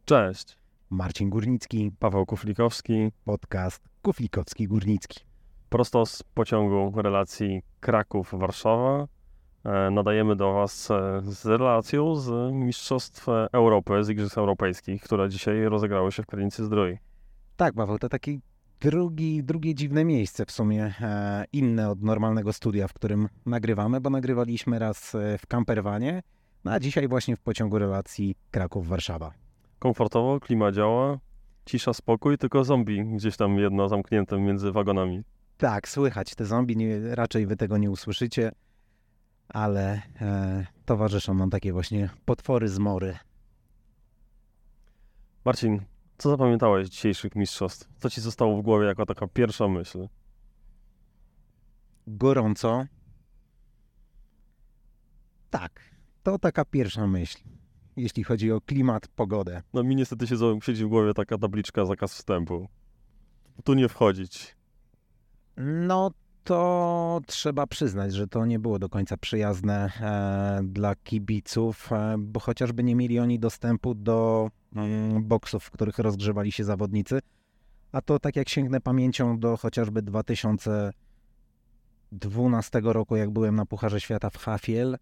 Cześć, Marcin Górnicki, Paweł Kuflikowski, podcast Kuflikowski-Górnicki. prosto z pociągu relacji Kraków-Warszawa. Nadajemy do Was z relacją z Mistrzostw Europy, z Igrzysk Europejskich, które dzisiaj rozegrały się w Krynicy-Zdrój. Tak, Paweł, to taki drugie dziwne miejsce w sumie, inne od normalnego studia, w którym nagrywamy, bo nagrywaliśmy raz w campervanie, no a dzisiaj właśnie w pociągu relacji Kraków-Warszawa. Komfortowo, klima działa, cisza, spokój, tylko zombie gdzieś tam jedno zamknięte między wagonami. Tak, słychać te zombie, raczej wy tego nie usłyszycie, ale towarzyszą nam takie właśnie potwory zmory. Marcin, co zapamiętałeś z dzisiejszych mistrzostw? Co Ci zostało w głowie jako taka pierwsza myśl? Gorąco. Tak, to taka pierwsza myśl, jeśli chodzi o klimat, pogodę. No mi niestety siedzi w głowie taka tabliczka zakaz wstępu. Tu nie wchodzić. No to trzeba przyznać, że to nie było do końca przyjazne dla kibiców, bo chociażby nie mieli oni dostępu do boksów, w których rozgrzewali się zawodnicy, a to tak jak sięgnę pamięcią do chociażby 2012 roku, jak byłem na Pucharze Świata w Hafiel,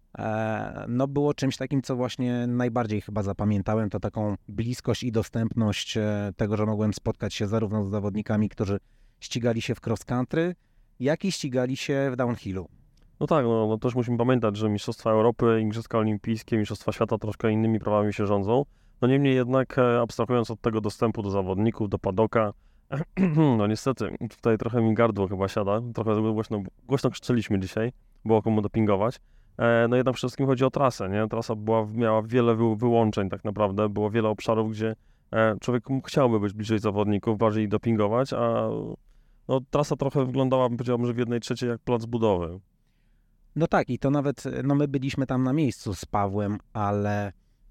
no było czymś takim, co właśnie najbardziej chyba zapamiętałem, to taką bliskość i dostępność tego, że mogłem spotkać się zarówno z zawodnikami, którzy ścigali się w cross country, jak i ścigali się w downhillu. No tak, no też musimy pamiętać, że Mistrzostwa Europy, Igrzyska Olimpijskie, Mistrzostwa Świata troszkę innymi prawami się rządzą. No niemniej jednak, abstrahując od tego dostępu do zawodników, do padoka, no niestety, tutaj trochę mi gardło chyba siada, trochę głośno krzyczeliśmy dzisiaj, było komu dopingować. No jednak przede wszystkim chodzi o trasę, nie? Trasa miała wiele wyłączeń tak naprawdę, było wiele obszarów, gdzie człowiek chciałby być bliżej zawodników, bardziej dopingować, a no, trasa trochę wyglądała, powiedziałbym, że w 1/3 jak plac budowy. No tak, i to nawet, no my byliśmy tam na miejscu z Pawłem, ale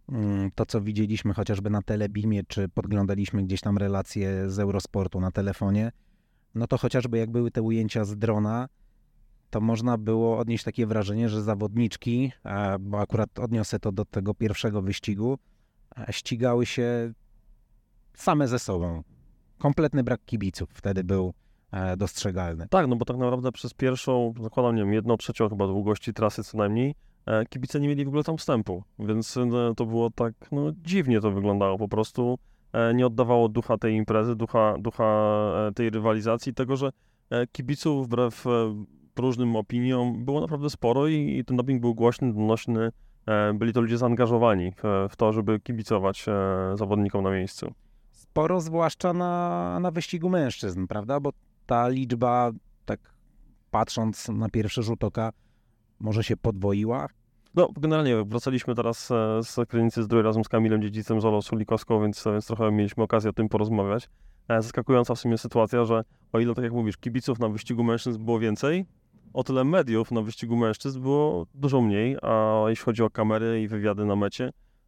to, co widzieliśmy chociażby na Telebimie, czy podglądaliśmy gdzieś tam relacje z Eurosportu na telefonie, no to chociażby jak były te ujęcia z drona, to można było odnieść takie wrażenie, że zawodniczki, bo akurat odniosę to do tego pierwszego wyścigu, ścigały się same ze sobą. Kompletny brak kibiców wtedy był dostrzegalny. Tak, no bo tak naprawdę przez pierwszą, zakładam, nie wiem, 1/3 chyba długości trasy co najmniej, kibice nie mieli w ogóle tam wstępu, więc to było tak, no dziwnie to wyglądało po prostu, nie oddawało ducha tej imprezy, ducha tej rywalizacji, tego, że kibiców wbrew różnym opiniom było naprawdę sporo i ten doping był głośny, donośny, byli to ludzie zaangażowani w to, żeby kibicować zawodnikom na miejscu. Sporo, zwłaszcza na wyścigu mężczyzn, prawda? Bo ta liczba, tak patrząc na pierwszy rzut oka, może się podwoiła. No, generalnie wracaliśmy teraz z Krynicy-Zdrój razem z Kamilem Dziedzicem, z Olą Sulikowską, więc trochę mieliśmy okazję o tym porozmawiać. Zaskakująca w sumie sytuacja, że o ile, tak jak mówisz, kibiców na wyścigu mężczyzn było więcej, o tyle mediów na wyścigu mężczyzn było dużo mniej, a jeśli chodzi o kamery i wywiady na mecie,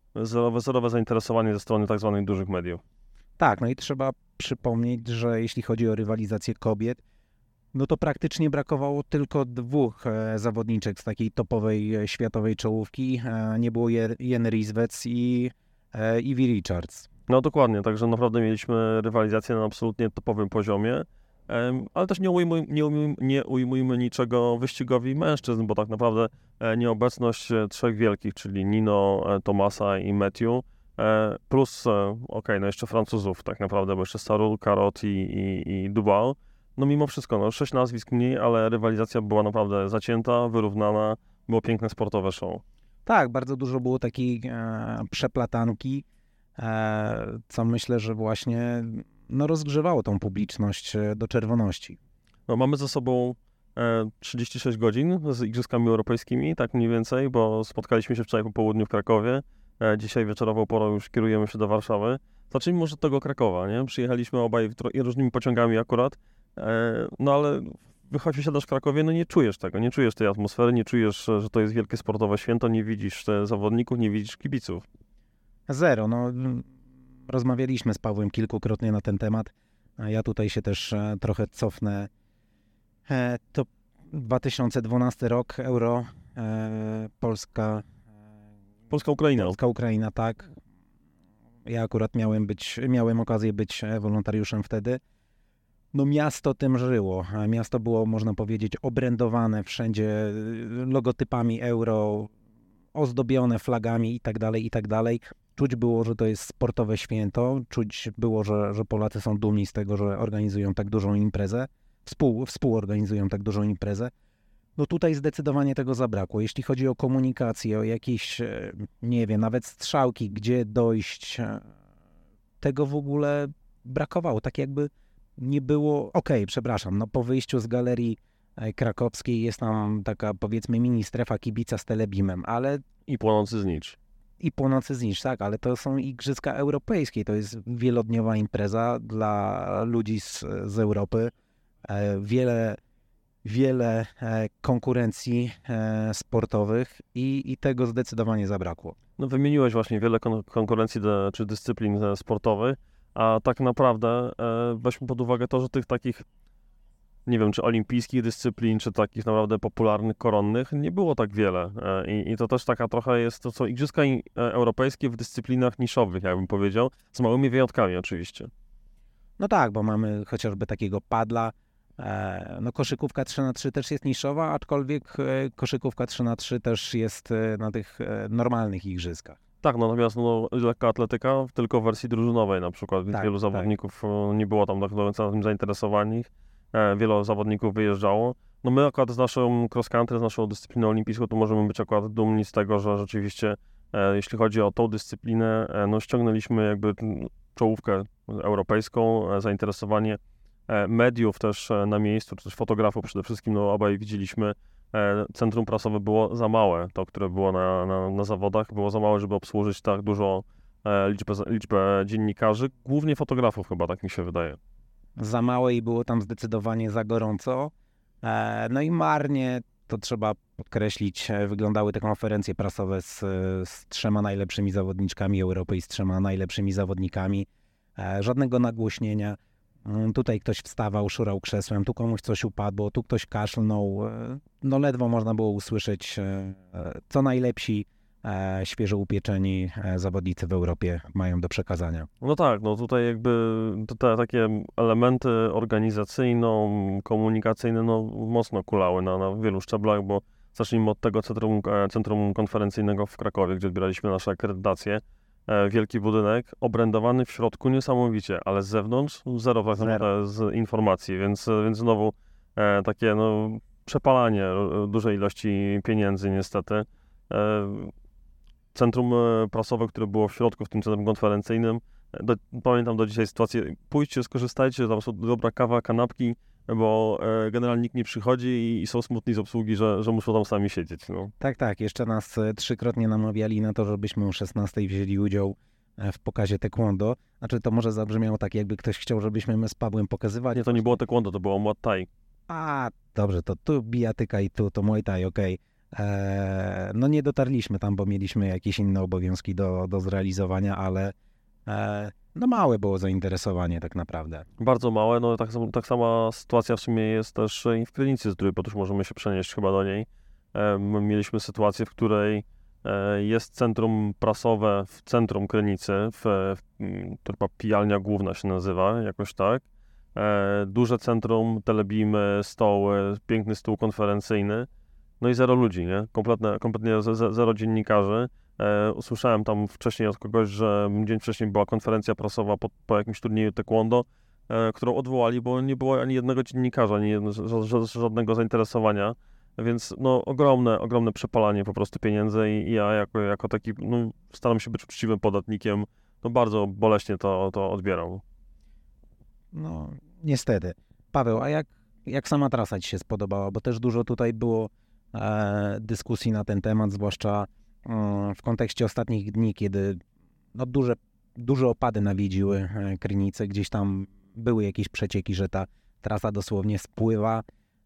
zerowe zainteresowanie ze strony tak zwanych dużych mediów. Tak, no i trzeba przypomnieć, że jeśli chodzi o rywalizację kobiet, no to praktycznie brakowało tylko 2 zawodniczek z takiej topowej światowej czołówki. Nie było Jen Rizwec i Ivy Richards. No dokładnie, także naprawdę mieliśmy rywalizację na absolutnie topowym poziomie, ale też nie ujmujmy niczego wyścigowi mężczyzn, bo tak naprawdę nieobecność 3 wielkich, czyli Nino, Tomasa i Matthew, plus, no jeszcze Francuzów tak naprawdę, bo jeszcze Sarul, Karot i Duval. No mimo wszystko, no 6 nazwisk mniej, ale rywalizacja była naprawdę zacięta, wyrównana, było piękne sportowe show. Tak, bardzo dużo było takiej przeplatanki, co myślę, że właśnie no, rozgrzewało tą publiczność do czerwoności. No, mamy za sobą 36 godzin z Igrzyskami Europejskimi, tak mniej więcej, bo spotkaliśmy się wczoraj po południu w Krakowie. Dzisiaj wieczorową porą już kierujemy się do Warszawy. Zacznijmy może od tego Krakowa, nie? Przyjechaliśmy obaj różnymi pociągami akurat, no ale wysiadasz w Krakowie, no nie czujesz tego, nie czujesz tej atmosfery, nie czujesz, że to jest wielkie sportowe święto, nie widzisz zawodników, nie widzisz kibiców. Zero, no rozmawialiśmy z Pawłem kilkukrotnie na ten temat. Ja tutaj się też trochę cofnę. To 2012 rok, Euro, Polska-Ukraina. Polska-Ukraina, tak. ja akurat miałem okazję być wolontariuszem wtedy. No miasto tym żyło. Miasto było, można powiedzieć, obrędowane wszędzie logotypami euro, ozdobione flagami i tak dalej, i tak dalej. Czuć było, że to jest sportowe święto. Czuć było, że Polacy są dumni z tego, że organizują tak dużą imprezę. Współorganizują tak dużą imprezę. No tutaj zdecydowanie tego zabrakło. Jeśli chodzi o komunikację, o jakieś, nie wiem, nawet strzałki, gdzie dojść, tego w ogóle brakowało. Tak jakby nie było... Przepraszam, no po wyjściu z galerii krakowskiej jest tam taka, powiedzmy, mini strefa kibica z telebimem, ale... I płonący znicz. I płonący znicz, tak, ale to są igrzyska europejskie. To jest wielodniowa impreza dla ludzi z Europy. Wiele konkurencji sportowych i tego zdecydowanie zabrakło. No wymieniłeś właśnie wiele konkurencji czy dyscyplin sportowych, a tak naprawdę weźmy pod uwagę to, że tych takich, nie wiem, czy olimpijskich dyscyplin, czy takich naprawdę popularnych, koronnych, nie było tak wiele. I to też taka trochę jest, to są igrzyska europejskie w dyscyplinach niszowych, jakbym powiedział, z małymi wyjątkami oczywiście. No tak, bo mamy chociażby takiego padla. No koszykówka 3x3 też jest niszowa, aczkolwiek koszykówka 3x3 też jest na tych normalnych igrzyskach. Tak, natomiast lekka atletyka tylko w wersji drużynowej na przykład, więc Tak, wielu zawodników nie było tam do końca tym zainteresowanych. Wielu zawodników wyjeżdżało. No my akurat z naszą cross country, z naszą dyscypliną olimpijską, to możemy być akurat dumni z tego, że rzeczywiście jeśli chodzi o tą dyscyplinę, no ściągnęliśmy jakby czołówkę europejską, zainteresowanie mediów też na miejscu, czy też fotografów przede wszystkim, no obaj widzieliśmy, centrum prasowe było za małe, to, które było na zawodach, było za małe, żeby obsłużyć tak dużo liczbę dziennikarzy, głównie fotografów chyba, tak mi się wydaje. Za małe i było tam zdecydowanie za gorąco. No i marnie, to trzeba podkreślić, wyglądały te konferencje prasowe z 3 najlepszymi zawodniczkami Europy i z 3 najlepszymi zawodnikami. Żadnego nagłośnienia. Tutaj ktoś wstawał, szurał krzesłem, tu komuś coś upadło, tu ktoś kaszlnął. No ledwo można było usłyszeć, co najlepsi, świeżo upieczeni zawodnicy w Europie mają do przekazania. No tak, no tutaj jakby te takie elementy organizacyjno-komunikacyjne no mocno kulały na wielu szczeblach, bo zacznijmy od tego centrum konferencyjnego w Krakowie, gdzie odbieraliśmy nasze akredytacje. Wielki budynek, obrędowany w środku niesamowicie, ale z zewnątrz zero z informacji, więc znowu takie no, przepalanie dużej ilości pieniędzy niestety. Centrum prasowe, które było w środku, w tym centrum konferencyjnym, pamiętam do dzisiaj sytuację, pójdźcie, skorzystajcie, tam są dobra kawa, kanapki, bo generalnie nikt nie przychodzi i są smutni z obsługi, że muszą tam sami siedzieć. No. Tak, jeszcze nas 3-krotnie namawiali na to, żebyśmy o 16:00 wzięli udział w pokazie taekwondo. Znaczy to może zabrzmiało tak, jakby ktoś chciał, żebyśmy my z Pawłem pokazywali. Nie, to nie było taekwondo, to było Muay Thai. A, dobrze, to tu bijatyka i tu to Muay Thai, okej. No nie dotarliśmy tam, bo mieliśmy jakieś inne obowiązki do zrealizowania, ale no małe było zainteresowanie tak naprawdę. Bardzo małe, no tak sama sytuacja w sumie jest też i w Krynicy Zdrój, bo też możemy się przenieść chyba do niej. Mieliśmy sytuację, w której jest centrum prasowe w centrum Krynicy, to chyba pijalnia główna się nazywa, jakoś tak. Duże centrum, telebimy, stoły, piękny stół konferencyjny, no i zero ludzi, nie? Kompletnie zero dziennikarzy. Usłyszałem tam wcześniej od kogoś, że dzień wcześniej była konferencja prasowa po jakimś turnieju taekwondo, którą odwołali, bo nie było ani jednego dziennikarza, ani żadnego zainteresowania, więc no ogromne przepalanie po prostu pieniędzy i ja jako taki no, staram się być uczciwym podatnikiem, no bardzo boleśnie to odbieram. No niestety. Paweł, a jak sama trasa Ci się spodobała? Bo też dużo tutaj było dyskusji na ten temat, zwłaszcza w kontekście ostatnich dni, kiedy no, duże opady nawiedziły Krynicę, gdzieś tam były jakieś przecieki, że ta trasa dosłownie spływa.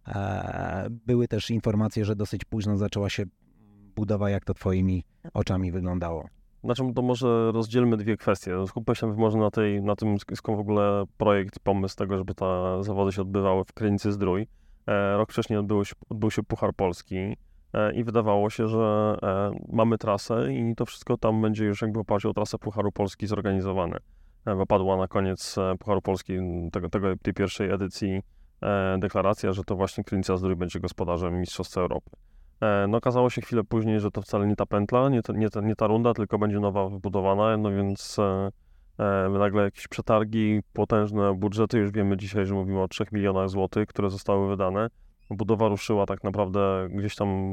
Były też informacje, że dosyć późno zaczęła się budowa. Jak to Twoimi oczami wyglądało? Znaczy, to może rozdzielmy dwie kwestie. Skupmy się może na tym, skąd w ogóle projekt, pomysł tego, żeby te zawody się odbywały w Krynicy Zdrój. Rok wcześniej odbył się Puchar Polski. i wydawało się, że mamy trasę i to wszystko tam będzie już jakby w oparciu o trasę Pucharu Polski zorganizowane. Bo padła na koniec Pucharu Polski tej pierwszej edycji deklaracja, że to właśnie Krynica-Zdrój będzie gospodarzem Mistrzostw Europy. No okazało się chwilę później, że to wcale nie ta pętla, nie ta runda, tylko będzie nowa wybudowana, no więc nagle jakieś przetargi, potężne budżety, już wiemy dzisiaj, że mówimy o 3 milionach złotych, które zostały wydane. Budowa ruszyła tak naprawdę gdzieś tam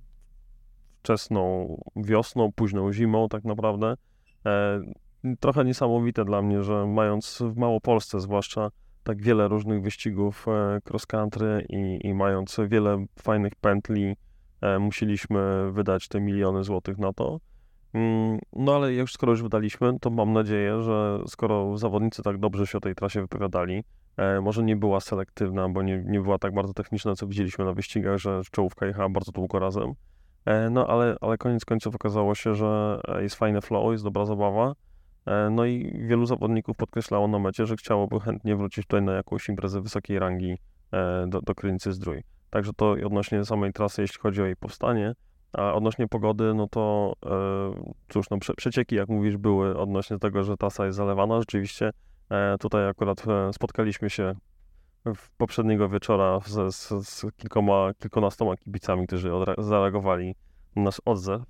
wczesną wiosną, późną zimą tak naprawdę. Trochę niesamowite dla mnie, że mając w Małopolsce zwłaszcza tak wiele różnych wyścigów cross country i mając wiele fajnych pętli, musieliśmy wydać te miliony złotych na to. No ale skoro już wydaliśmy, to mam nadzieję, że skoro zawodnicy tak dobrze się o tej trasie wypowiadali, może nie była selektywna, bo nie była tak bardzo techniczna, co widzieliśmy na wyścigach, że czołówka jechała bardzo długo razem. No ale koniec końców okazało się, że jest fajne flow, jest dobra zabawa. No i wielu zawodników podkreślało na mecie, że chciałoby chętnie wrócić tutaj na jakąś imprezę wysokiej rangi do Krynicy-Zdrój. Także to odnośnie samej trasy, jeśli chodzi o jej powstanie. A odnośnie pogody, no to cóż, no przecieki, jak mówisz, były odnośnie tego, że trasa jest zalewana. Rzeczywiście tutaj akurat spotkaliśmy się poprzedniego wieczora z kilkunastoma kibicami, którzy zareagowali na nasz odzew.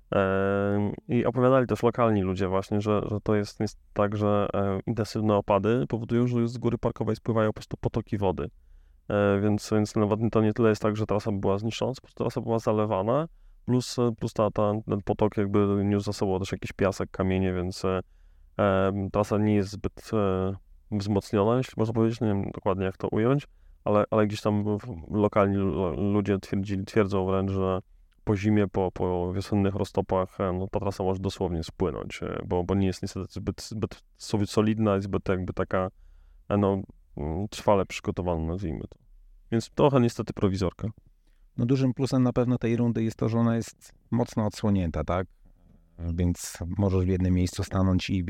I opowiadali też lokalni ludzie właśnie, że to jest tak, że intensywne opady powodują, że z góry parkowej spływają po prostu potoki wody. Więc nawet to nie tyle jest tak, że trasa była zniszczona, po prostu trasa była zalewana, plus ten potok jakby niósł za sobą też jakiś piasek, kamienie, więc trasa nie jest zbyt wzmocniona, jeśli można powiedzieć, nie wiem dokładnie jak to ująć, ale gdzieś tam lokalni ludzie twierdzą wręcz, że po zimie, po wiosennych roztopach no, ta trasa może dosłownie spłynąć, bo nie jest niestety zbyt solidna i zbyt jakby taka no, trwale przygotowana, nazwijmy to. Więc trochę niestety prowizorka. No dużym plusem na pewno tej rundy jest to, że ona jest mocno odsłonięta, tak? Więc możesz w jednym miejscu stanąć i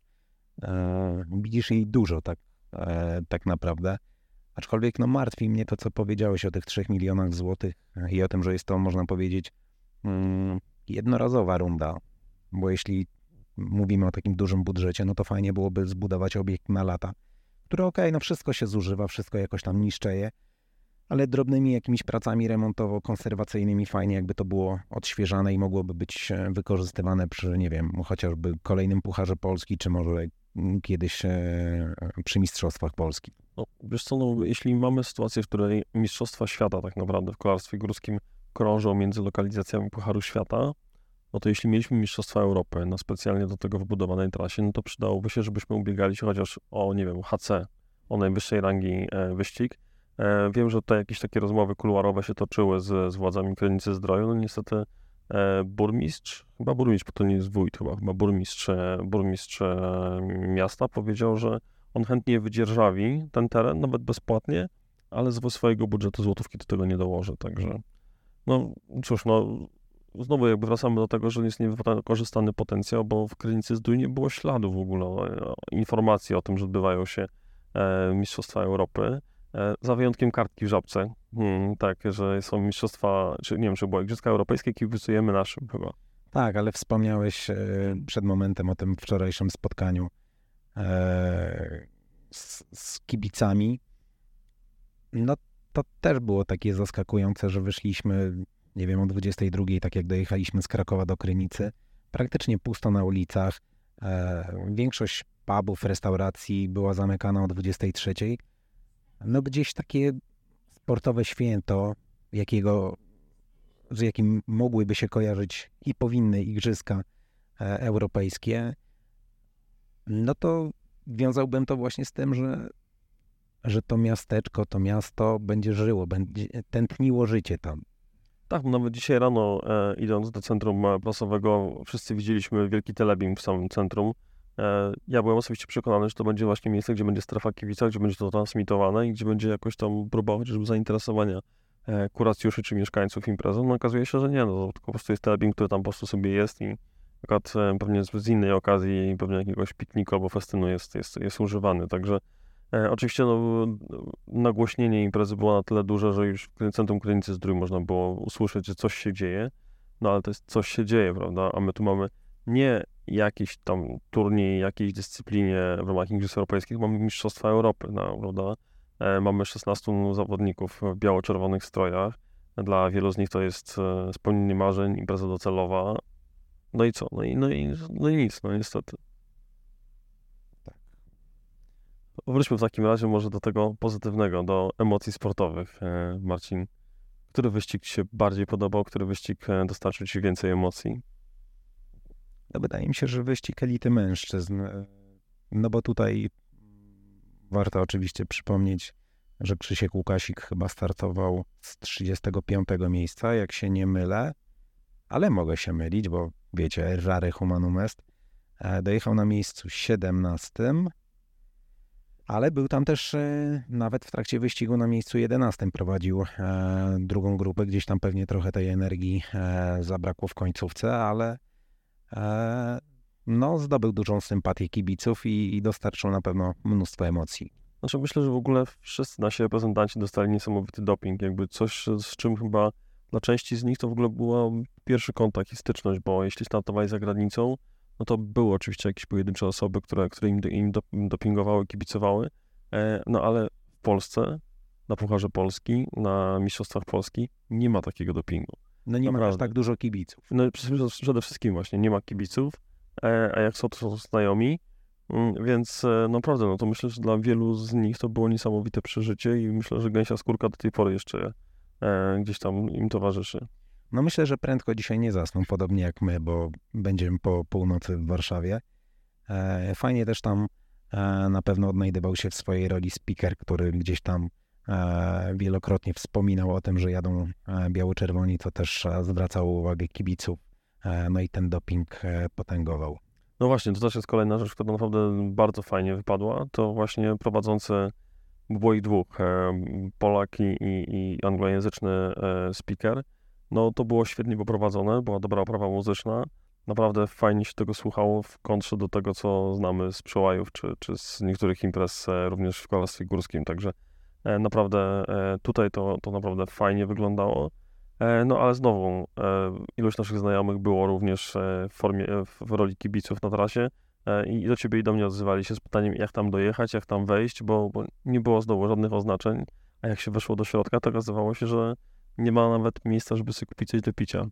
widzisz jej dużo, tak naprawdę. Aczkolwiek no martwi mnie to, co powiedziałeś o tych 3 milionach złotych i o tym, że jest to, można powiedzieć, jednorazowa runda. Bo jeśli mówimy o takim dużym budżecie, no to fajnie byłoby zbudować obiekt na lata, który no wszystko się zużywa, wszystko jakoś tam niszczeje, ale drobnymi jakimiś pracami remontowo-konserwacyjnymi fajnie jakby to było odświeżane i mogłoby być wykorzystywane przy, nie wiem, chociażby kolejnym Pucharze Polski, czy może kiedyś przy Mistrzostwach Polski. No, wiesz co, no, jeśli mamy sytuację, w której Mistrzostwa Świata tak naprawdę w kolarstwie górskim krążą między lokalizacjami Pucharu Świata, no to jeśli mieliśmy Mistrzostwa Europy na specjalnie do tego wybudowanej trasie, no to przydałoby się, żebyśmy ubiegali się chociaż o, nie wiem, HC, o najwyższej rangi wyścig. Wiem, że tutaj jakieś takie rozmowy kuluarowe się toczyły z władzami Krynicy-Zdroju. No niestety burmistrz, bo to nie jest wójt, chyba burmistrz miasta powiedział, że on chętnie wydzierżawi ten teren, nawet bezpłatnie, ale z swojego budżetu złotówki do tego nie dołoży. Także, no cóż, no znowu jakby wracamy do tego, że jest niewykorzystany potencjał, bo w Krynicy-Zdrój nie było śladu w ogóle informacji o tym, że odbywają się Mistrzostwa Europy. Za wyjątkiem kartki w żabce. Tak, że są mistrzostwa, czy nie wiem, czy było Igrzyska Europejskie, kibicujemy naszym chyba. Tak, ale wspomniałeś przed momentem o tym wczorajszym spotkaniu z kibicami. No to też było takie zaskakujące, że wyszliśmy, nie wiem, o 22, tak jak dojechaliśmy z Krakowa do Krynicy. Praktycznie pusto na ulicach. Większość pubów, restauracji była zamykana o 23. No gdzieś takie sportowe święto, z jakim mogłyby się kojarzyć i powinny Igrzyska Europejskie, no to wiązałbym to właśnie z tym, że to miasteczko, to miasto będzie żyło, będzie tętniło życie tam. Tak, nawet dzisiaj rano idąc do centrum prasowego, wszyscy widzieliśmy wielki telebim w samym centrum. Ja byłem osobiście przekonany, że to będzie właśnie miejsce, gdzie będzie strefa kibica, gdzie będzie to transmitowane i gdzie będzie jakoś tam próba chociażby zainteresowania kuracjuszy czy mieszkańców imprezą. No okazuje się, że nie, no to po prostu jest telebim, który tam po prostu sobie jest i akurat pewnie z innej okazji, pewnie jakiegoś pikniku albo festynu jest używany. Także Oczywiście nagłośnienie imprezy było na tyle duże, że już w Centrum Krynicy Zdrój można było usłyszeć, że coś się dzieje, no ale to jest coś się dzieje, prawda? A my tu mamy nie jakiś tam turniej, jakiejś dyscyplinie w ramach Igrzysk Europejskich, mamy Mistrzostwa Europy, no, prawda? Mamy 16 zawodników w biało-czerwonych strojach. Dla wielu z nich to jest spełnienie marzeń, impreza docelowa. No i co? No i nic, no niestety. Wróćmy w takim razie może do tego pozytywnego, do emocji sportowych. Marcin, który wyścig Ci się bardziej podobał, który wyścig dostarczył Ci więcej emocji? No wydaje mi się, że wyścig elity mężczyzn, no bo tutaj warto oczywiście przypomnieć, że Krzysiek Łukasik chyba startował z 35 miejsca, jak się nie mylę, ale mogę się mylić, bo wiecie, errare humanum est. Dojechał na miejscu 17, ale był tam też nawet w trakcie wyścigu na miejscu 11. Prowadził drugą grupę, gdzieś tam pewnie trochę tej energii zabrakło w końcówce, ale no, zdobył dużą sympatię kibiców i dostarczył na pewno mnóstwo emocji. Znaczy myślę, że w ogóle wszyscy nasi reprezentanci dostali niesamowity doping, jakby coś, z czym chyba dla części z nich to w ogóle był pierwszy kontakt i styczność, bo jeśli startowali za granicą, no to były oczywiście jakieś pojedyncze osoby, które im dopingowały, kibicowały, no ale w Polsce, na Pucharze Polski, na Mistrzostwach Polski nie ma takiego dopingu. No nie ma aż tak dużo kibiców. No przede wszystkim właśnie nie ma kibiców, a jak są, to są znajomi, więc naprawdę, no to myślę, że dla wielu z nich to było niesamowite przeżycie i myślę, że gęsia skórka do tej pory jeszcze gdzieś tam im towarzyszy. No myślę, że prędko dzisiaj nie zasną, podobnie jak my, bo będziemy po północy w Warszawie. Fajnie też tam na pewno odnajdywał się w swojej roli speaker, który gdzieś tam wielokrotnie wspominał o tym, że jadą biało-czerwoni, to też zwracało uwagę kibiców, no i ten doping potęgował. No właśnie, to też jest kolejna rzecz, która naprawdę bardzo fajnie wypadła, to właśnie prowadzący, było ich dwóch, Polak i anglojęzyczny speaker. No to było świetnie poprowadzone, była dobra oprawa muzyczna, naprawdę fajnie się tego słuchało w kontrze do tego, co znamy z przełajów, czy z niektórych imprez również w Kolarstwie Górskim, także naprawdę tutaj to naprawdę fajnie wyglądało. No ale znowu, ilość naszych znajomych było również w roli kibiców na trasie i do ciebie i do mnie odzywali się z pytaniem, jak tam dojechać, jak tam wejść, bo nie było znowu żadnych oznaczeń, a jak się weszło do środka, to okazywało się, że nie ma nawet miejsca, żeby sobie kupić coś do picia.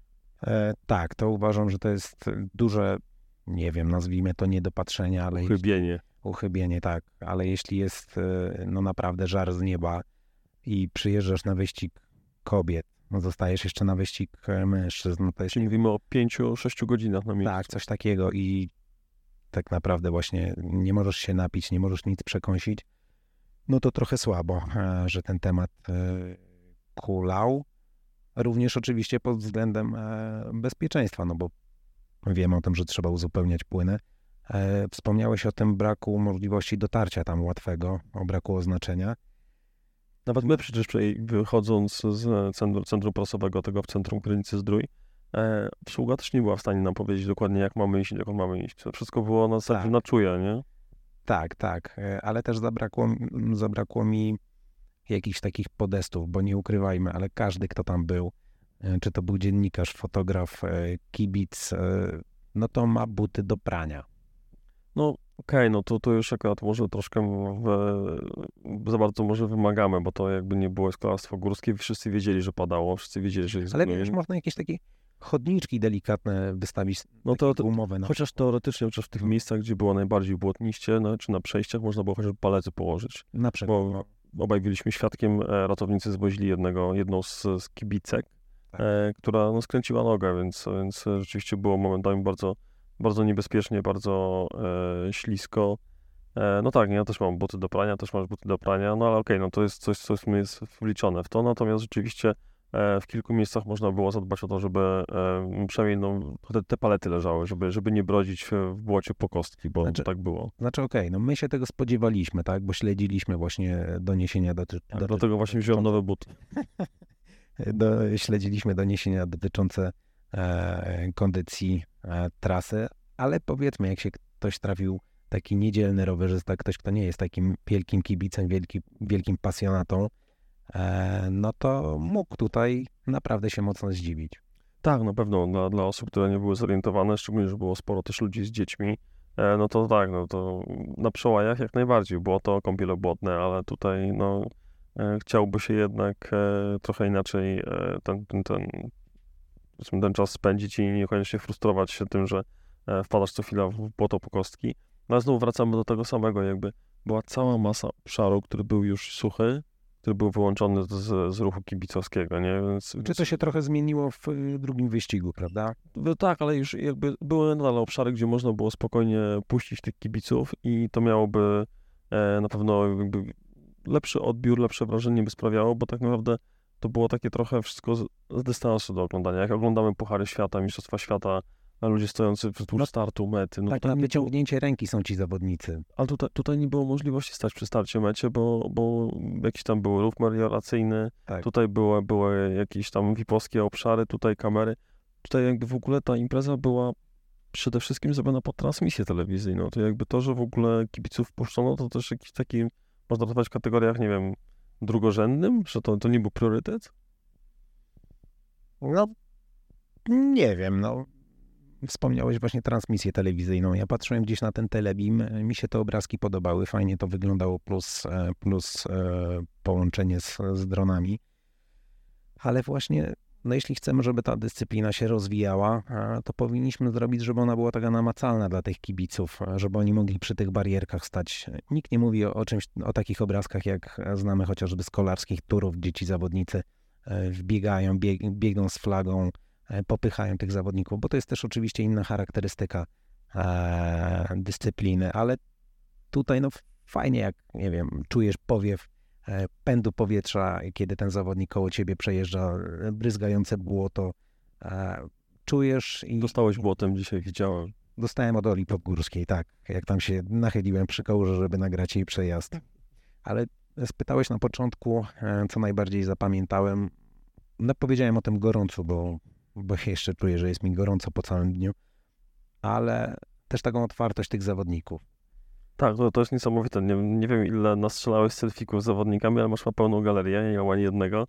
Tak, to uważam, że to jest duże, nie wiem, nazwijmy to niedopatrzenie, ale... Uchybienie, tak, ale jeśli jest no naprawdę żar z nieba i przyjeżdżasz na wyścig kobiet, no zostajesz jeszcze na wyścig mężczyzn, no to jest... Czyli mówimy o 5-6 godzinach na miejscu. Tak, coś takiego i tak naprawdę właśnie nie możesz się napić, nie możesz nic przekąsić, no to trochę słabo, że ten temat kulał. Również oczywiście pod względem bezpieczeństwa, no bo wiemy o tym, że trzeba uzupełniać płyny. Wspomniałeś o tym braku możliwości dotarcia tam łatwego, o braku oznaczenia. Nawet my przecież wychodząc z centrum prasowego, tego w Centrum Krynicy Zdrój, obsługa też nie była w stanie nam powiedzieć dokładnie, jak mamy iść, dokąd mamy iść. To wszystko było na zasadzie Tak. na czuje, nie? Tak, ale też zabrakło mi jakichś takich podestów, bo nie ukrywajmy, ale każdy, kto tam był, czy to był dziennikarz, fotograf, kibic, no to ma buty do prania. No okej, no to już akurat może troszkę za bardzo może wymagamy, bo to jakby nie było kolarstwo górskie, wszyscy wiedzieli, że padało, wszyscy wiedzieli, że jest Ale gnój. wiesz, można jakieś takie chodniczki delikatne wystawić, No to gumowe. chociaż teoretycznie, chociaż w tych miejscach, gdzie było najbardziej błotniście, no, czy na przejściach, można było chociaż palety położyć. Na przykład. Bo obaj byliśmy świadkiem, ratownicy zwozili jedną z kibicek, Tak. która no, skręciła nogę, więc rzeczywiście było momentami bardzo, bardzo niebezpiecznie, bardzo ślisko. No tak, ja też mam buty do prania, też masz buty do prania, no ale okej, no to jest coś, co jest wliczone w to, natomiast rzeczywiście w kilku miejscach można było zadbać o to, żeby przynajmniej no, te palety leżały, żeby nie brodzić w błocie po kostki, bo tak było. Znaczy okej, no my się tego spodziewaliśmy, tak, bo śledziliśmy właśnie doniesienia Dlatego właśnie wziąłem nowe buty. Śledziliśmy doniesienia dotyczące kondycji trasy, ale powiedzmy, jak się ktoś trafił taki niedzielny rowerzysta, ktoś, kto nie jest takim wielkim kibicem, wielkim pasjonatą, no to mógł tutaj naprawdę się mocno zdziwić. Tak, na pewno dla osób, które nie były zorientowane, szczególnie, że było sporo też ludzi z dziećmi, no to tak, no to na przełajach jak najbardziej było to kąpiele błotne, ale tutaj no chciałby się jednak trochę inaczej ten czas spędzić i niekoniecznie frustrować się tym, że wpadasz co chwila w błoto po kostki. No ale znowu wracamy do tego samego, jakby była cała masa obszaru, który był już suchy, który był wyłączony z ruchu kibicowskiego, nie? Czy to się trochę zmieniło w drugim wyścigu, prawda? Tak, ale już jakby były nadal obszary, gdzie można było spokojnie puścić tych kibiców i to miałoby na pewno jakby lepszy odbiór, lepsze wrażenie by sprawiało, bo tak naprawdę to było takie trochę wszystko z dystansu do oglądania. Jak oglądamy Puchary Świata, Mistrzostwa Świata, a ludzie stojący wzdłuż startu, mety. No tak, na wyciągnięcie ręki są ci zawodnicy. Ale tutaj nie było możliwości stać przy starcie mecie, bo jakiś tam był ruch melioracyjny, Tak. tutaj były jakieś tam VIP-owskie obszary, tutaj kamery. Tutaj jakby w ogóle ta impreza była przede wszystkim zrobiona pod transmisję telewizyjną. To jakby to, że w ogóle kibiców puszczono, to też jakiś taki, można nazwać w kategoriach, nie wiem, drugorzędnym, że to nie był priorytet? No, nie wiem, no. Wspomniałeś właśnie transmisję telewizyjną. Ja patrzyłem gdzieś na ten Telebim, mi się te obrazki podobały, fajnie to wyglądało, plus połączenie z dronami. Ale właśnie, no jeśli chcemy, żeby ta dyscyplina się rozwijała, to powinniśmy zrobić, żeby ona była taka namacalna dla tych kibiców, żeby oni mogli przy tych barierkach stać. Nikt nie mówi o czymś, o takich obrazkach, jak znamy chociażby z kolarskich turów, gdzie ci zawodnicy wbiegają, biegną z flagą, popychają tych zawodników, bo to jest też oczywiście inna charakterystyka dyscypliny, ale tutaj no fajnie, jak nie wiem, czujesz powiew pędu powietrza, kiedy ten zawodnik koło ciebie przejeżdża, bryzgające błoto, czujesz i... Dostałeś błotem dzisiaj, widziałem. Dostałem od Oli Podgórskiej, tak, jak tam się nachyliłem przy kałuży, żeby nagrać jej przejazd. Ale spytałeś na początku, co najbardziej zapamiętałem. No powiedziałem o tym gorąco, bo jeszcze czuję, że jest mi gorąco po całym dniu, ale też taką otwartość tych zawodników. Tak, to jest niesamowite. Nie wiem, ile nastrzelałeś selfików z zawodnikami, ale masz pełną galerię, nie ma ani jednego.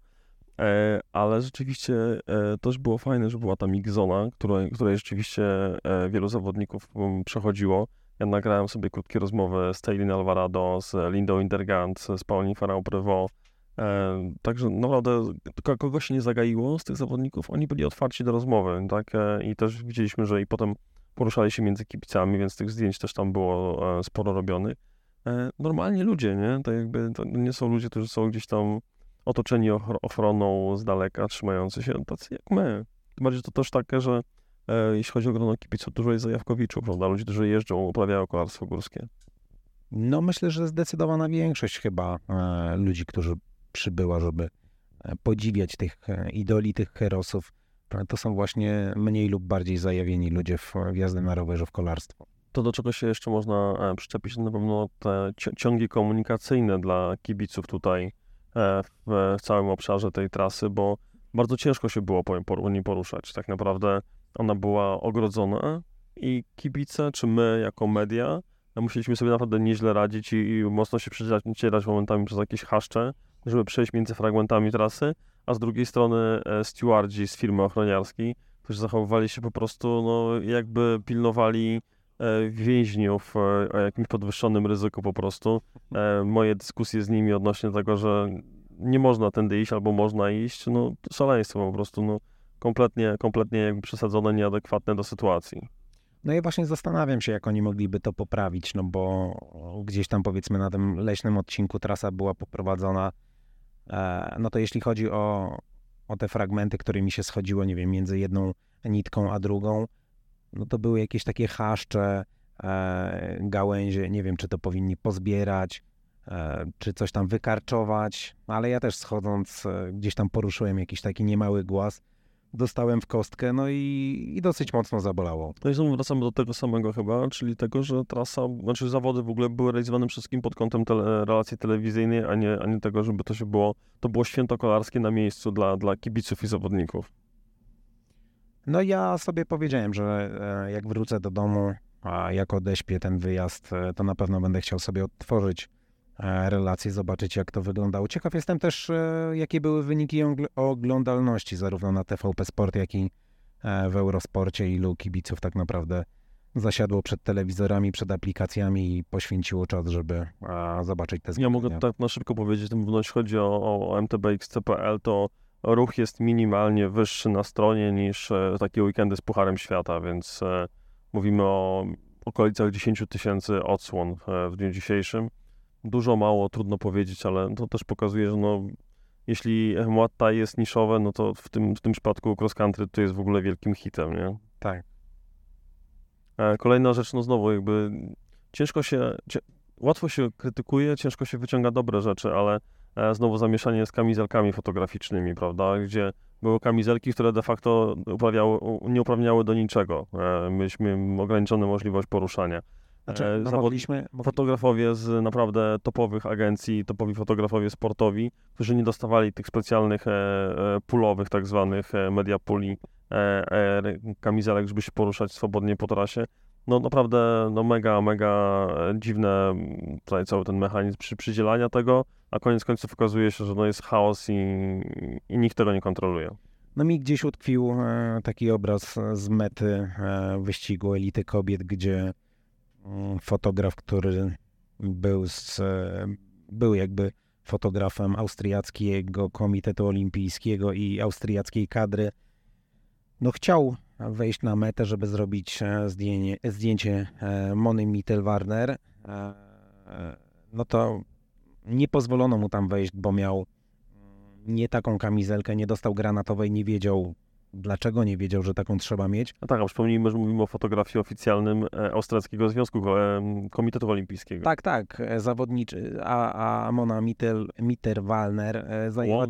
Ale rzeczywiście też było fajne, że była ta mix-zona, której rzeczywiście wielu zawodników przechodziło. Ja nagrałem sobie krótkie rozmowy z Taylin Alvarado, z Lindą Indergant, z Pauline Farao-Prevot. Także naprawdę kogo się nie zagaiło z tych zawodników, oni byli otwarci do rozmowy, tak? I też widzieliśmy, że i potem poruszali się między kibicami, więc tych zdjęć też tam było sporo robionych. Normalnie ludzie, nie? To jakby to nie są ludzie, którzy są gdzieś tam otoczeni ochroną z daleka, trzymający się, tacy jak my. Tym bardziej to też takie, że jeśli chodzi o grono kibiców, dużo jest zajawkowiczów, prawda? Ludzie, którzy jeżdżą, uprawiają kolarstwo górskie. No myślę, że zdecydowana większość chyba ludzi, którzy przybyła, żeby podziwiać tych idoli, tych herosów, to są właśnie mniej lub bardziej zajawieni ludzie w jazdy na rowerze, w kolarstwo. To, do czego się jeszcze można przyczepić, to na pewno te ciągi komunikacyjne dla kibiców tutaj w całym obszarze tej trasy, bo bardzo ciężko się było po niej poruszać. Tak naprawdę ona była ogrodzona i kibice, czy my jako media, musieliśmy sobie naprawdę nieźle radzić i mocno się przecierać momentami przez jakieś chaszcze, żeby przejść między fragmentami trasy, a z drugiej strony stewardzi z firmy ochroniarskiej, którzy zachowywali się po prostu, no, jakby pilnowali więźniów o jakimś podwyższonym ryzyku po prostu. Moje dyskusje z nimi odnośnie tego, że nie można tędy iść albo można iść, no to szaleństwo po prostu, no kompletnie jakby przesadzone, nieadekwatne do sytuacji. No i właśnie zastanawiam się, jak oni mogliby to poprawić, no bo gdzieś tam powiedzmy na tym leśnym odcinku trasa była poprowadzona, no to jeśli chodzi o te fragmenty, którymi się schodziło, nie wiem, między jedną nitką a drugą, no to były jakieś takie chaszcze, gałęzie, nie wiem, czy to powinni pozbierać, czy coś tam wykarczować, ale ja też schodząc gdzieś tam poruszyłem jakiś taki niemały głaz, dostałem w kostkę, no i dosyć mocno zabolało. No i znowu wracamy do tego samego chyba, czyli tego, że zawody w ogóle były realizowane przede wszystkim pod kątem relacji telewizyjnej, a nie tego, żeby to było święto kolarskie na miejscu dla kibiców i zawodników. No ja sobie powiedziałem, że jak wrócę do domu, a jak odeśpię ten wyjazd, to na pewno będę chciał sobie odtworzyć relacje, zobaczyć jak to wyglądało. Ciekaw jestem też, jakie były wyniki oglądalności zarówno na TVP Sport, jak i w Eurosporcie, ilu kibiców tak naprawdę zasiadło przed telewizorami, przed aplikacjami i poświęciło czas, żeby zobaczyć te Ja zdarzenia. mogę tak na szybko powiedzieć, jeśli chodzi o MTBXC.pl, to ruch jest minimalnie wyższy na stronie niż takie weekendy z Pucharem Świata, więc mówimy o okolicach 10 000 odsłon w dniu dzisiejszym. Dużo, mało, trudno powiedzieć, ale to też pokazuje, że no, jeśli Muay Thai jest niszowe, no to w tym przypadku cross country to jest w ogóle wielkim hitem, nie? Tak. Kolejna rzecz, no znowu jakby łatwo się krytykuje, ciężko się wyciąga dobre rzeczy, ale znowu zamieszanie z kamizelkami fotograficznymi, prawda, gdzie były kamizelki, które de facto nie uprawniały do niczego. Mieliśmy ograniczoną możliwość poruszania. Znaczy, Fotografowie z naprawdę topowych agencji, topowi fotografowie sportowi, którzy nie dostawali tych specjalnych pulowych, tak zwanych media puli, kamizelek, żeby się poruszać swobodnie po trasie. No naprawdę no mega dziwne tutaj cały ten mechanizm przydzielania tego, a koniec końców okazuje się, że no jest chaos i nikt tego nie kontroluje. No mi gdzieś utkwił taki obraz z mety wyścigu elity kobiet, gdzie fotograf, który był jakby fotografem austriackiego Komitetu Olimpijskiego i austriackiej kadry, no chciał wejść na metę, żeby zrobić zdjęcie Mony Mittel-Warner, no to nie pozwolono mu tam wejść, bo miał nie taką kamizelkę, nie dostał granatowej, nie wiedział dlaczego, nie wiedział, że taką trzeba mieć. No tak, a przypomnijmy, że mówimy o fotografii oficjalnym Austriackiego Związku Komitetu Olimpijskiego. Tak, zawodniczy, a Mona Mittel-Warner zajęła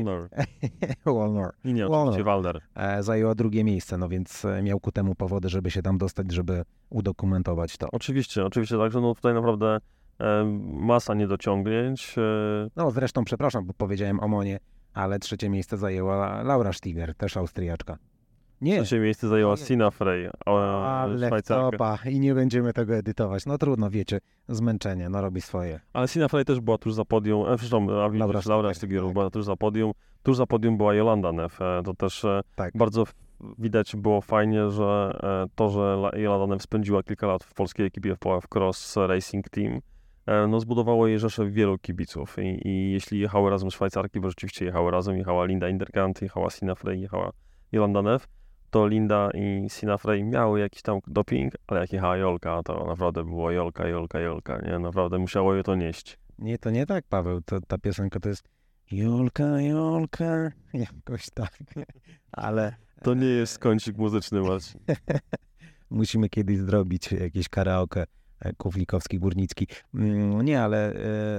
Walner. Zajęła drugie miejsce, no więc miał ku temu powody, żeby się tam dostać, żeby udokumentować to. Oczywiście, także no tutaj naprawdę masa niedociągnięć. No zresztą, przepraszam, bo powiedziałem o Monie, ale trzecie miejsce zajęła Laura Stiger, też Austriaczka. Nie. Trzecie miejsce zajęła Sina Frey, ale Szwajcarka. topa i nie będziemy tego edytować. No trudno, wiecie, zmęczenie, no robi swoje. Ale Sina Frey też była tuż za podium, Laura Stiger była tuż za podium. Tuż za podium była Jolanda Neff. To też bardzo widać było fajnie, że to, że Jolanda Neff spędziła kilka lat w polskiej ekipie w Cross Racing Team, no zbudowało jej rzeszę wielu kibiców i jeśli jechały razem Szwajcarki, bo rzeczywiście jechały razem, jechała Linda Indergant, jechała Sina Frey, jechała Jolanda Neff, to Linda i Sina Frey miały jakiś tam doping, ale jak jechała Jolka, to naprawdę było Jolka, nie? Naprawdę musiało je to nieść. Nie, to nie tak, Paweł, ta piosenka to jest Jolka, jakoś tak, ale... To nie jest kącik muzyczny, Marcin. Musimy kiedyś zrobić jakieś karaoke Kuflikowski-Górnicki. Nie, ale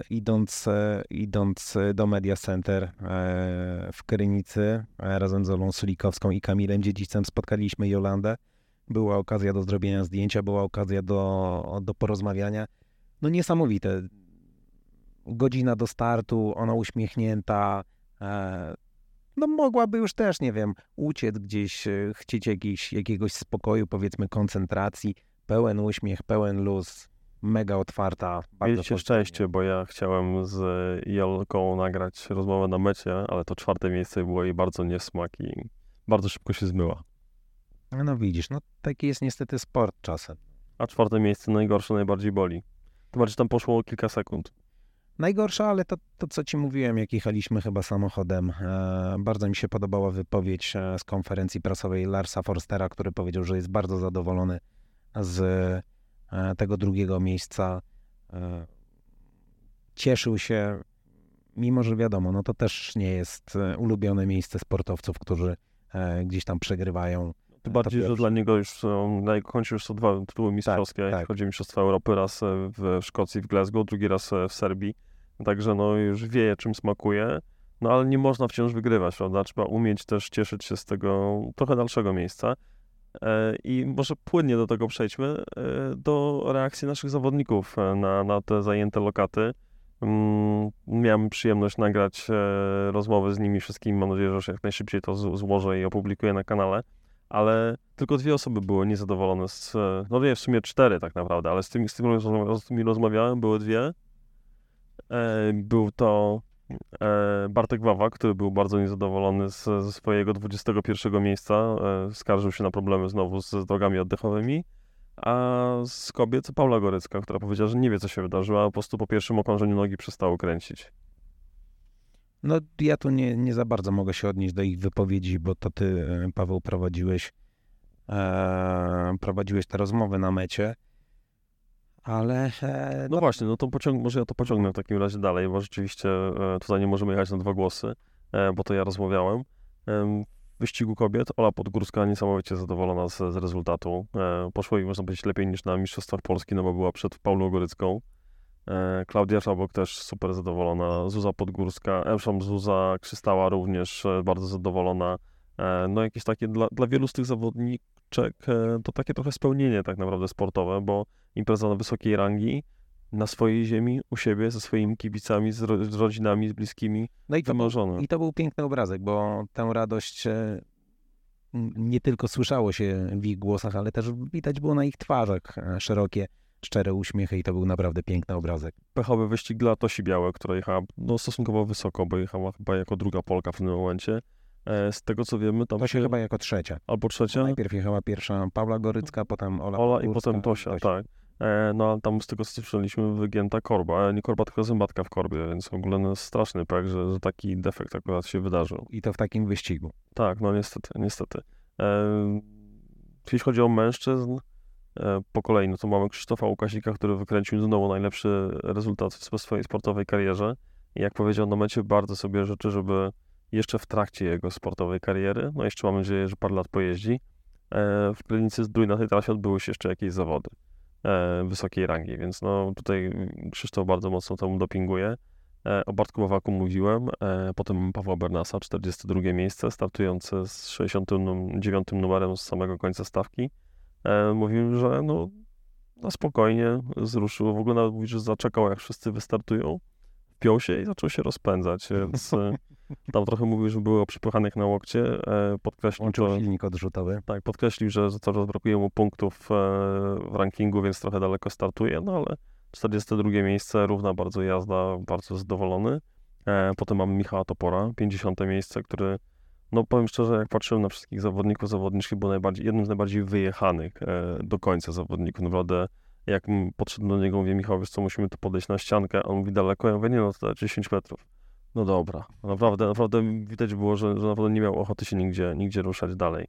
idąc do Media Center w Krynicy razem z Olą Sulikowską i Kamilem Dziedzicem spotkaliśmy Jolandę. Była okazja do zrobienia zdjęcia, była okazja do porozmawiania. No niesamowite. Godzina do startu, ona uśmiechnięta. No mogłaby już też, nie wiem, uciec gdzieś, chcieć jakiegoś spokoju, powiedzmy koncentracji. Pełen uśmiech, pełen luz, mega otwarta. Mieliście szczęście, bo ja chciałem z Jolką nagrać rozmowę na mecie, ale to 4. miejsce było jej bardzo niesmak i bardzo szybko się zmyła. No widzisz, no taki jest niestety sport czasem. A 4. miejsce najgorsze, najbardziej boli. To bardziej tam poszło kilka sekund. Najgorsze, ale to co ci mówiłem, jak jechaliśmy chyba samochodem. Bardzo mi się podobała wypowiedź z konferencji prasowej Larsa Forstera, który powiedział, że jest bardzo zadowolony z tego drugiego miejsca. Cieszył się, mimo że wiadomo, no to też nie jest ulubione miejsce sportowców, którzy gdzieś tam przegrywają. Tym bardziej, że dla niego już na jego koncie już są 2 tytuły mistrzowskie. Tak. Chodzi o Mistrzostwa Europy, raz w Szkocji, w Glasgow, drugi raz w Serbii. Także no już wie, czym smakuje. No ale nie można wciąż wygrywać, prawda? Trzeba umieć też cieszyć się z tego trochę dalszego miejsca. I może płynnie do tego przejdźmy, do reakcji naszych zawodników na te zajęte lokaty. Miałem przyjemność nagrać rozmowy z nimi wszystkimi. Mam nadzieję, że jak najszybciej to złożę i opublikuję na kanale. ale tylko 2 osoby były niezadowolone no nie, w sumie 4 tak naprawdę, ale z tymi, z którymi rozmawiałem, były 2. Był to Bartek Wawak, który był bardzo niezadowolony ze swojego 21 miejsca. Skarżył się na problemy znowu z drogami oddechowymi. A z kobiet Paula Gorycka, która powiedziała, że nie wie, co się wydarzyło, a po prostu po pierwszym okrążeniu nogi przestało kręcić. No ja tu nie za bardzo mogę się odnieść do ich wypowiedzi, bo to ty, Paweł, prowadziłeś te rozmowy na mecie, ale No właśnie, no to może ja to pociągnę w takim razie dalej, bo rzeczywiście tutaj nie możemy jechać na 2 głosy, bo to ja rozmawiałem. W wyścigu kobiet Ola Podgórska niesamowicie zadowolona z rezultatu. Poszło jej, można powiedzieć, lepiej niż na Mistrzostwach Polski, no bo była przed Paulą Gorycką. Klaudia Szabok też super zadowolona. Zuza Podgórska, Zuza Krzystała również bardzo zadowolona. No jakieś takie dla wielu z tych zawodniczek to takie trochę spełnienie tak naprawdę sportowe, bo impreza na wysokiej rangi, na swojej ziemi, u siebie, ze swoimi kibicami, z rodzinami, z bliskimi, no wymarzone. i to był piękny obrazek, bo tę radość nie tylko słyszało się w ich głosach, ale też widać było na ich twarzach szerokie, szczere uśmiechy i to był naprawdę piękny obrazek. Pechowy wyścig dla Tosi Białek, która jechała stosunkowo wysoko, bo jechała chyba jako druga Polka w tym momencie. Z tego co wiemy, tam Tosia chyba jako trzecia. Albo trzecia? Najpierw jechała pierwsza Paula Gorycka, potem Ola i Podgórska, potem Tosia, tak. No ale tam z tego co słyszeliśmy, wygięta korba. Nie korba, tylko zębatka w korbie, więc w ogóle no, straszny pech, że taki defekt akurat się wydarzył. I to w takim wyścigu. Tak, no niestety. Jeśli chodzi o mężczyzn, po kolei, no to mamy Krzysztofa Łukasika, który wykręcił znowu najlepszy rezultat w swojej sportowej karierze. I jak powiedział na mecie, bardzo sobie życzy, żeby jeszcze w trakcie jego sportowej kariery, no jeszcze mam nadzieję, że parę lat pojeździ, w Krynicy Zdrój na tej trasie odbyły się jeszcze jakieś zawody wysokiej rangi, więc no tutaj Krzysztof bardzo mocno temu dopinguje. O Bartku Wawaku mówiłem, potem Pawła Bernasa, 42 miejsce, startujące z 69 numerem z samego końca stawki. Mówił, że no na spokojnie zruszył, w ogóle nawet mówi, że zaczekał jak wszyscy wystartują, wpiął się i zaczął się rozpędzać, więc tam trochę mówił, że było przypychanych na łokcie, Łączył silnik odrzutowy. Tak, podkreślił, że coraz brakuje mu punktów w rankingu, więc trochę daleko startuje, no ale 42 miejsce, równa bardzo jazda, bardzo zadowolony. Potem mamy Michała Topora, 50 miejsce, który, no powiem szczerze, jak patrzyłem na wszystkich zawodników, zawodniczki był jednym z najbardziej wyjechanych do końca zawodników. Naprawdę, jak podszedł do niego, mówię, Michał, wiesz co, musimy tu podejść na ściankę, a on mówi daleko, ja mówię, nie no, to 10 metrów. No dobra, naprawdę widać było, że naprawdę nie miał ochoty się nigdzie ruszać dalej.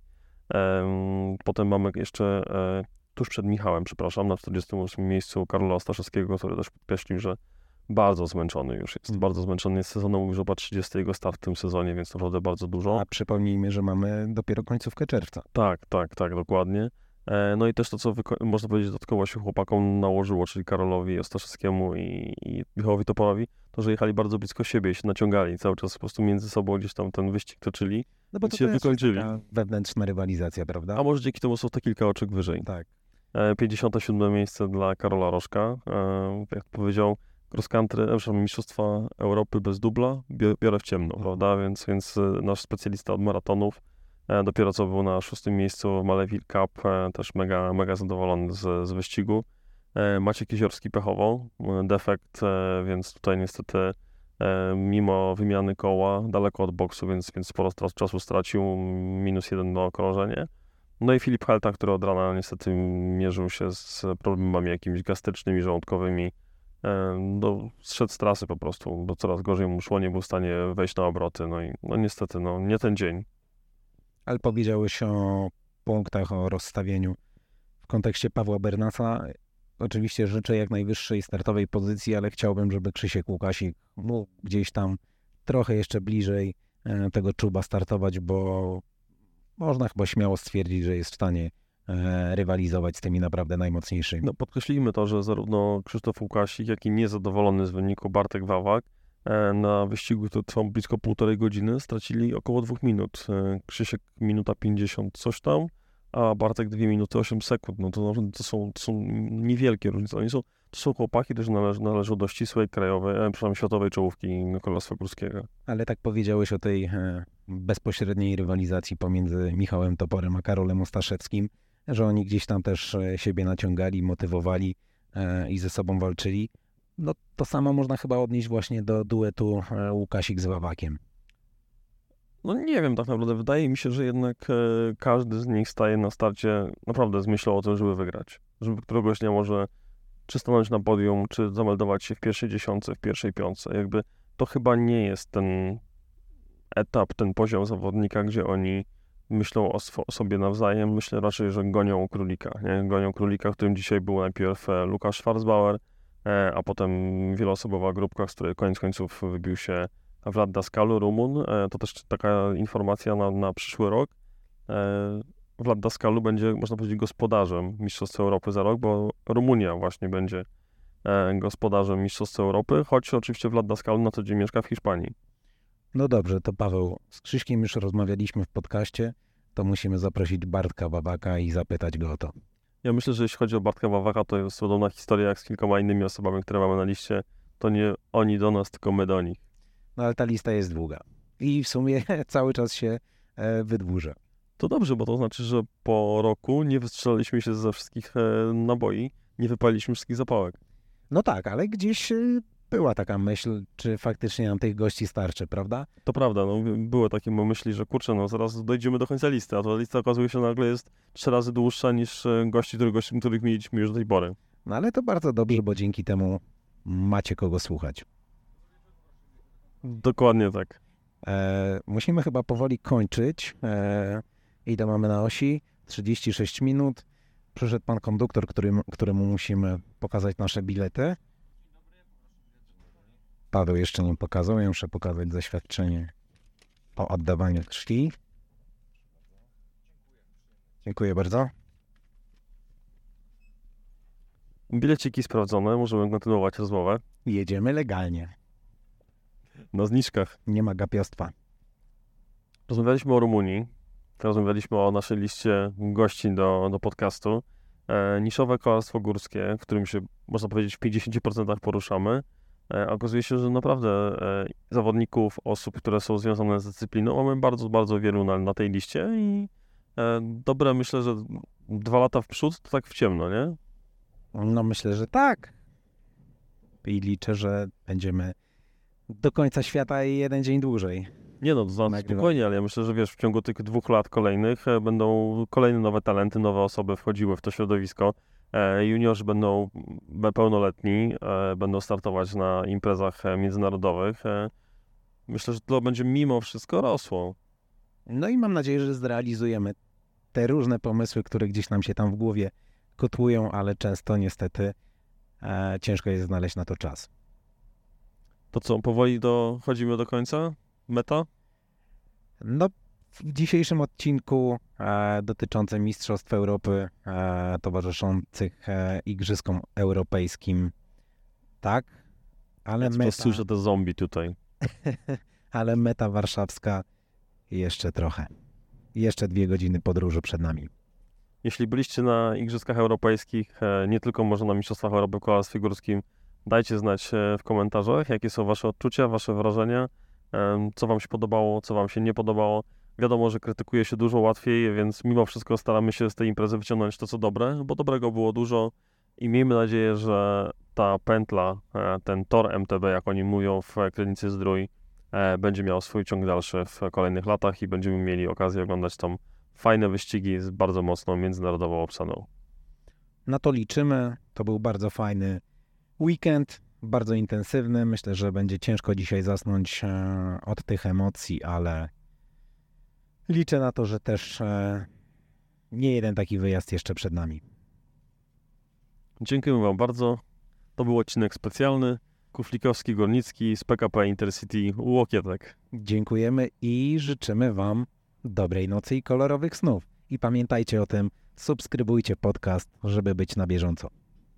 Potem mamy jeszcze tuż przed Michałem, przepraszam, na 48 miejscu Karola Ostaszewskiego, który też podkreślił, że bardzo zmęczony już jest. Bardzo zmęczony jest sezonem, mówił, że chyba 30 jego start w tym sezonie, więc naprawdę bardzo dużo. A przypomnijmy, że mamy dopiero końcówkę czerwca. Tak, dokładnie. No i też to, co można powiedzieć dodatkowo się chłopakom nałożyło, czyli Karolowi Ostaszewskiemu i Michałowi Toporowi, to, że jechali bardzo blisko siebie i się naciągali cały czas po prostu między sobą gdzieś tam ten wyścig toczyli. No bo to się wykończyli. Wewnętrzna rywalizacja, prawda? A może dzięki temu są te kilka oczek wyżej. Tak. 57 miejsce dla Karola Rożka. Jak powiedział, cross country, Mistrzostwa Europy bez dubla, biorę w ciemno, prawda? Więc nasz specjalista od maratonów dopiero co był na 6. miejscu w Maleville Cup, też mega zadowolony z wyścigu. Maciek Jeziorski pechowo, defekt, więc tutaj niestety mimo wymiany koła daleko od boksu, więc sporo czasu stracił, -1 na okrążenie. No i Filip Helta, który od rana niestety mierzył się z problemami jakimiś gastrycznymi, żołądkowymi. Zszedł z trasy po prostu, bo coraz gorzej mu szło, nie był w stanie wejść na obroty. No i niestety, nie ten dzień. Ale powiedziałeś o punktach, o rozstawieniu. W kontekście Pawła Bernasa oczywiście życzę jak najwyższej startowej pozycji, ale chciałbym, żeby Krzysiek Łukasik mógł gdzieś tam trochę jeszcze bliżej tego czuba startować, bo można chyba śmiało stwierdzić, że jest w stanie rywalizować z tymi naprawdę najmocniejszymi. No podkreślimy to, że zarówno Krzysztof Łukasik, jak i niezadowolony z wyniku Bartek Wawak na wyścigu, który trwał blisko 1,5 godziny, stracili około 2 minut. Krzysiek minuta 50 coś tam, a Bartek 2 minuty 8 sekund. No to są niewielkie różnice. To są chłopaki, którzy należą do ścisłej krajowej, przynajmniej światowej czołówki kolarstwa górskiego. Ale tak powiedziałeś o tej bezpośredniej rywalizacji pomiędzy Michałem Toporem a Karolem Ostaszewskim, że oni gdzieś tam też siebie naciągali, motywowali i ze sobą walczyli. No to samo można chyba odnieść właśnie do duetu Łukasik z Wawakiem. No nie wiem, tak naprawdę wydaje mi się, że jednak każdy z nich staje na starcie naprawdę z myślą o tym, żeby wygrać. Żeby któregoś dnia może czy stanąć na podium, czy zameldować się w pierwszej dziesiątce, w pierwszej piątce. Jakby to chyba nie jest ten etap, ten poziom zawodnika, gdzie oni myślą o sobie nawzajem. Myślę raczej, że gonią królika. Nie? Gonią królika, w którym dzisiaj był najpierw Lukasz Schwarzbauer, a potem wieloosobowa grupka, z której koniec końców wybił się Vlad Daskalu, Rumun. To też taka informacja na przyszły rok. Vlad Daskalu będzie, można powiedzieć, gospodarzem Mistrzostw Europy za rok, bo Rumunia właśnie będzie gospodarzem Mistrzostw Europy, choć oczywiście Vlad Daskalu na co dzień mieszka w Hiszpanii. No dobrze, to Paweł, z Krzyśkiem już rozmawialiśmy w podcaście, to musimy zaprosić Bartka Wawaka i zapytać go o to. Ja myślę, że jeśli chodzi o Bartka Wawaka, to jest podobna historia jak z kilkoma innymi osobami, które mamy na liście. To nie oni do nas, tylko my do nich. No ale ta lista jest długa i w sumie cały czas się wydłuża. To dobrze, bo to znaczy, że po roku nie wystrzelaliśmy się ze wszystkich naboi, nie wypaliliśmy wszystkich zapałek. No tak, ale gdzieś była taka myśl, czy faktycznie nam tych gości starczy, prawda? To prawda, no, były takie myśli, że kurczę, no zaraz dojdziemy do końca listy, a ta lista okazuje się nagle jest 3 razy dłuższa niż gości, których mieliśmy już do tej pory. No ale to bardzo dobrze, bo dzięki temu macie kogo słuchać. Dokładnie tak. Musimy chyba powoli kończyć. Ile mamy na osi? 36 minut. Przyszedł pan konduktor, któremu musimy pokazać nasze bilety. Paweł jeszcze nie pokazał, ja muszę pokazać zaświadczenie o oddawaniu krwi. Dziękuję bardzo. Bileciki sprawdzone, możemy kontynuować rozmowę. Jedziemy legalnie. Na zniżkach. Nie ma gapiostwa. Rozmawialiśmy o Rumunii, rozmawialiśmy o naszej liście gości do podcastu. Niszowe kolarstwo górskie, w którym się, można powiedzieć, w 50% poruszamy. Okazuje się, że naprawdę zawodników, osób, które są związane z dyscypliną, mamy bardzo, bardzo wielu na tej liście i dobre, myślę, że 2 lata w przód to tak w ciemno, nie? No myślę, że tak. I liczę, że będziemy do końca świata i 1 dzień dłużej. Nie no, to znaczy spokojnie, ale ja myślę, że wiesz, w ciągu tych 2 lat kolejnych będą kolejne nowe talenty, nowe osoby wchodziły w to środowisko. Juniorzy będą pełnoletni, będą startować na imprezach międzynarodowych. Myślę, że to będzie mimo wszystko rosło. No i mam nadzieję, że zrealizujemy te różne pomysły, które gdzieś nam się tam w głowie kotłują, ale często niestety ciężko jest znaleźć na to czas. To co, powoli dochodzimy do końca? Meta? No, w dzisiejszym odcinku dotyczącym Mistrzostw Europy towarzyszących Igrzyskom Europejskim, tak, ale Ja słyszę te zombie tutaj. ale meta warszawska jeszcze trochę. Jeszcze 2 godziny podróży przed nami. Jeśli byliście na Igrzyskach Europejskich, nie tylko może na Mistrzostwach Europy w kolarstwie górskim, dajcie znać w komentarzach, jakie są wasze odczucia, wasze wrażenia, co wam się podobało, co wam się nie podobało. Wiadomo, że krytykuje się dużo łatwiej, więc mimo wszystko staramy się z tej imprezy wyciągnąć to, co dobre, bo dobrego było dużo i miejmy nadzieję, że ta pętla, ten tor MTB, jak oni mówią w Krynicy-Zdrój, będzie miał swój ciąg dalszy w kolejnych latach i będziemy mieli okazję oglądać tam fajne wyścigi z bardzo mocną międzynarodową obsadą. Na to liczymy. To był bardzo fajny weekend, bardzo intensywny. Myślę, że będzie ciężko dzisiaj zasnąć od tych emocji, ale liczę na to, że też nie jeden taki wyjazd jeszcze przed nami. Dziękuję wam bardzo. To był odcinek specjalny. Kuflikowski, Górnicki z PKP Intercity Łokietek. Dziękujemy i życzymy wam dobrej nocy i kolorowych snów. I pamiętajcie o tym, subskrybujcie podcast, żeby być na bieżąco.